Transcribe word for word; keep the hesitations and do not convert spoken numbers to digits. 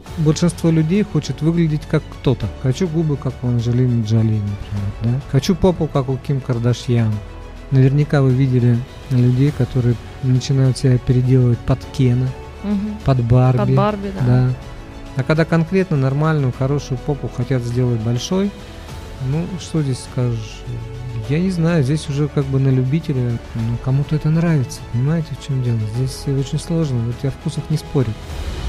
Большинство людей хочет выглядеть как кто-то. Хочу губы, как у Анджелины Джоли, например, да? Хочу попу, как у Ким Кардашьян. Наверняка вы видели людей, которые начинают себя переделывать под Кена, Угу. под Барби. Под Барби, да. Да. А когда конкретно нормальную, хорошую попу хотят сделать большой, ну, что здесь скажешь? Я не знаю, здесь уже как бы на любителя, ну, кому-то это нравится, понимаете, в чем дело? Здесь очень сложно, вот я о вкусах не спорю.